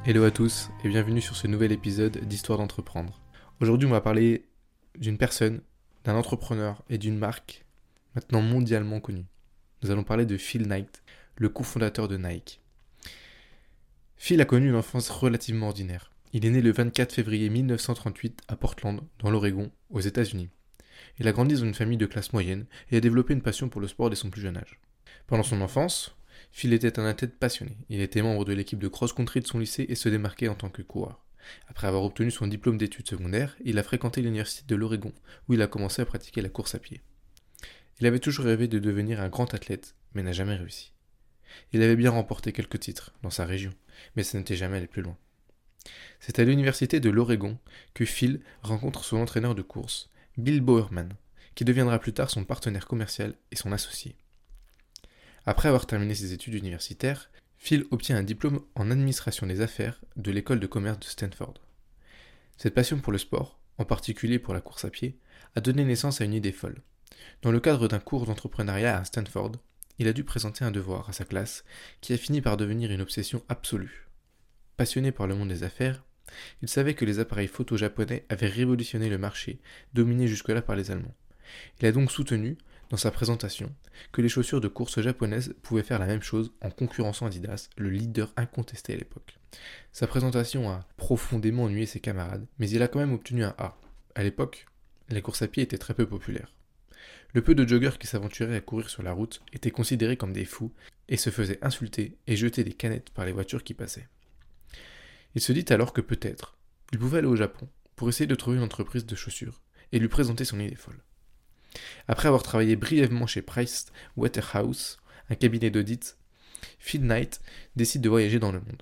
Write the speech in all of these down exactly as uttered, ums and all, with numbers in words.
Hello à tous et bienvenue sur ce nouvel épisode d'Histoire d'entreprendre. Aujourd'hui on va parler d'une personne, d'un entrepreneur et d'une marque maintenant mondialement connue. Nous allons parler de Phil Knight, le cofondateur de Nike. Phil a connu une enfance relativement ordinaire. Il est né le vingt-quatre février mille neuf cent trente-huit à Portland, dans l'Oregon, aux États-Unis. Il a grandi dans une famille de classe moyenne et a développé une passion pour le sport dès son plus jeune âge. Pendant son enfance, Phil était un athlète passionné. Il était membre de l'équipe de cross-country de son lycée et se démarquait en tant que coureur. Après avoir obtenu son diplôme d'études secondaires, il a fréquenté l'université de l'Oregon, où il a commencé à pratiquer la course à pied. Il avait toujours rêvé de devenir un grand athlète, mais n'a jamais réussi. Il avait bien remporté quelques titres dans sa région, mais ça n'était jamais allé plus loin. C'est à l'université de l'Oregon que Phil rencontre son entraîneur de course, Bill Bowerman, qui deviendra plus tard son partenaire commercial et son associé. Après avoir terminé ses études universitaires, Phil obtient un diplôme en administration des affaires de l'école de commerce de Stanford. Cette passion pour le sport, en particulier pour la course à pied, a donné naissance à une idée folle. Dans le cadre d'un cours d'entrepreneuriat à Stanford, il a dû présenter un devoir à sa classe qui a fini par devenir une obsession absolue. Passionné par le monde des affaires, il savait que les appareils photo japonais avaient révolutionné le marché, dominé jusque-là par les Allemands. Il a donc soutenu, dans sa présentation, que les chaussures de course japonaises pouvaient faire la même chose en concurrençant Adidas, le leader incontesté à l'époque. Sa présentation a profondément ennuyé ses camarades, mais il a quand même obtenu un A. À l'époque, les courses à pied étaient très peu populaires. Le peu de joggeurs qui s'aventuraient à courir sur la route étaient considérés comme des fous et se faisaient insulter et jeter des canettes par les voitures qui passaient. Il se dit alors que peut-être, il pouvait aller au Japon pour essayer de trouver une entreprise de chaussures et lui présenter son idée folle. Après avoir travaillé brièvement chez Price Waterhouse, un cabinet d'audit, Phil Knight décide de voyager dans le monde.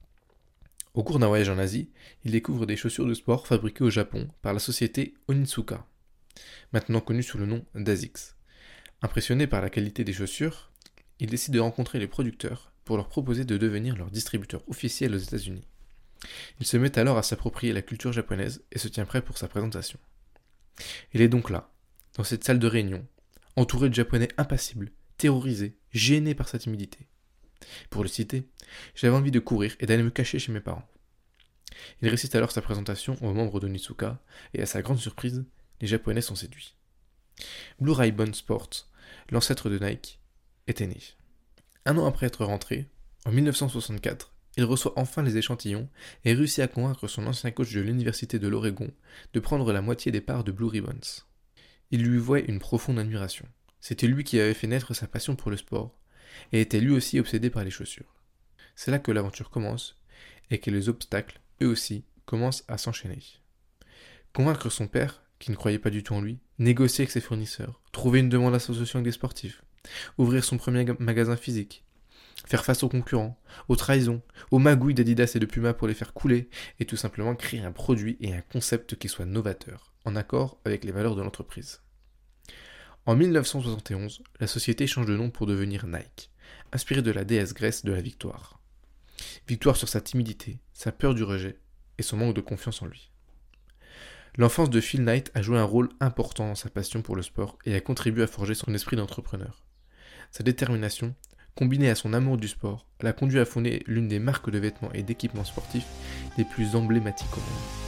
Au cours d'un voyage en Asie, il découvre des chaussures de sport fabriquées au Japon par la société Onitsuka, maintenant connue sous le nom d'Asics. Impressionné par la qualité des chaussures, il décide de rencontrer les producteurs pour leur proposer de devenir leur distributeur officiel aux États-Unis. Il se met alors à s'approprier la culture japonaise et se tient prêt pour sa présentation. Il est donc là, dans cette salle de réunion, entouré de Japonais impassibles, terrorisés, gênés par sa timidité. Pour le citer, j'avais envie de courir et d'aller me cacher chez mes parents. Il récite alors sa présentation aux membres de Onitsuka, et à sa grande surprise, les Japonais sont séduits. Blue Ribbon Sports, l'ancêtre de Nike, était né. Un an après être rentré, en mille neuf cent soixante-quatre, il reçoit enfin les échantillons et réussit à convaincre son ancien coach de l'université de l'Oregon de prendre la moitié des parts de Blue Ribbons. Il lui vouait une profonde admiration. C'était lui qui avait fait naître sa passion pour le sport, et était lui aussi obsédé par les chaussures. C'est là que l'aventure commence, et que les obstacles, eux aussi, commencent à s'enchaîner. Convaincre son père, qui ne croyait pas du tout en lui, négocier avec ses fournisseurs, trouver une demande d'association avec des sportifs, ouvrir son premier magasin physique, faire face aux concurrents, aux trahisons, aux magouilles d'Adidas et de Puma pour les faire couler, et tout simplement créer un produit et un concept qui soit novateur, en accord avec les valeurs de l'entreprise. En mille neuf cent soixante et onze, la société change de nom pour devenir Nike, inspirée de la déesse grecque de la victoire. Victoire sur sa timidité, sa peur du rejet et son manque de confiance en lui. L'enfance de Phil Knight a joué un rôle important dans sa passion pour le sport et a contribué à forger son esprit d'entrepreneur. Sa détermination, combinée à son amour du sport, l'a conduit à fonder l'une des marques de vêtements et d'équipements sportifs les plus emblématiques au monde.